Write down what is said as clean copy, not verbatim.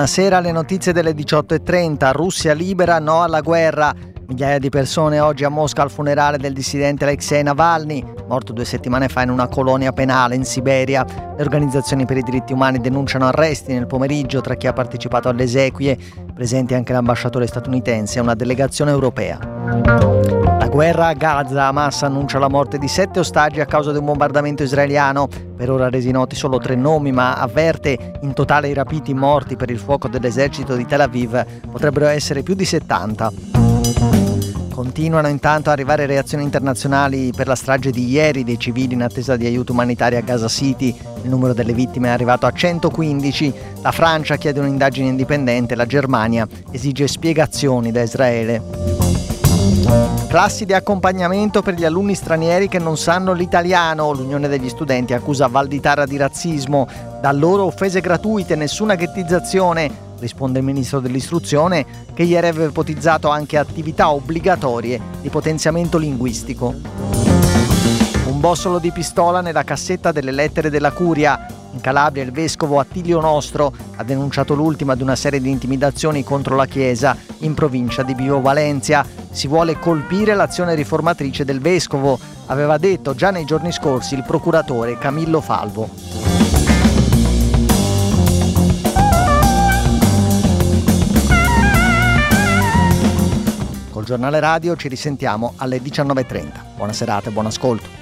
Buonasera, le notizie delle 18:30. Russia libera, no alla guerra. Migliaia di persone oggi a Mosca al funerale del dissidente Alexei Navalny, morto 2 settimane fa in una colonia penale in Siberia. Le organizzazioni per i diritti umani denunciano arresti nel pomeriggio tra chi ha partecipato alle esequie, presenti anche l'ambasciatore statunitense e una delegazione europea. La guerra a Gaza. Hamas annuncia la morte di 7 ostaggi a causa di un bombardamento israeliano. Per ora resi noti solo 3 nomi, ma avverte in totale i rapiti morti per il fuoco dell'esercito di Tel Aviv potrebbero essere più di 70. Continuano intanto a arrivare reazioni internazionali per la strage di ieri dei civili in attesa di aiuto umanitario a Gaza City. Il numero delle vittime è arrivato a 115. La Francia chiede un'indagine indipendente, la Germania esige spiegazioni da Israele. Classi di accompagnamento per gli alunni stranieri che non sanno l'italiano. L'Unione degli Studenti accusa Valditara di razzismo. Da loro offese gratuite, nessuna ghettizzazione, risponde il ministro dell'istruzione, che ieri aveva ipotizzato anche attività obbligatorie di potenziamento linguistico. Un bossolo di pistola nella cassetta delle lettere della Curia. In Calabria il vescovo Attilio Nostro ha denunciato l'ultima di una serie di intimidazioni contro la Chiesa in provincia di Vibo Valentia. Si vuole colpire l'azione riformatrice del vescovo, aveva detto già nei giorni scorsi il procuratore Camillo Falvo. Col giornale radio ci risentiamo alle 19:30. Buona serata e buon ascolto.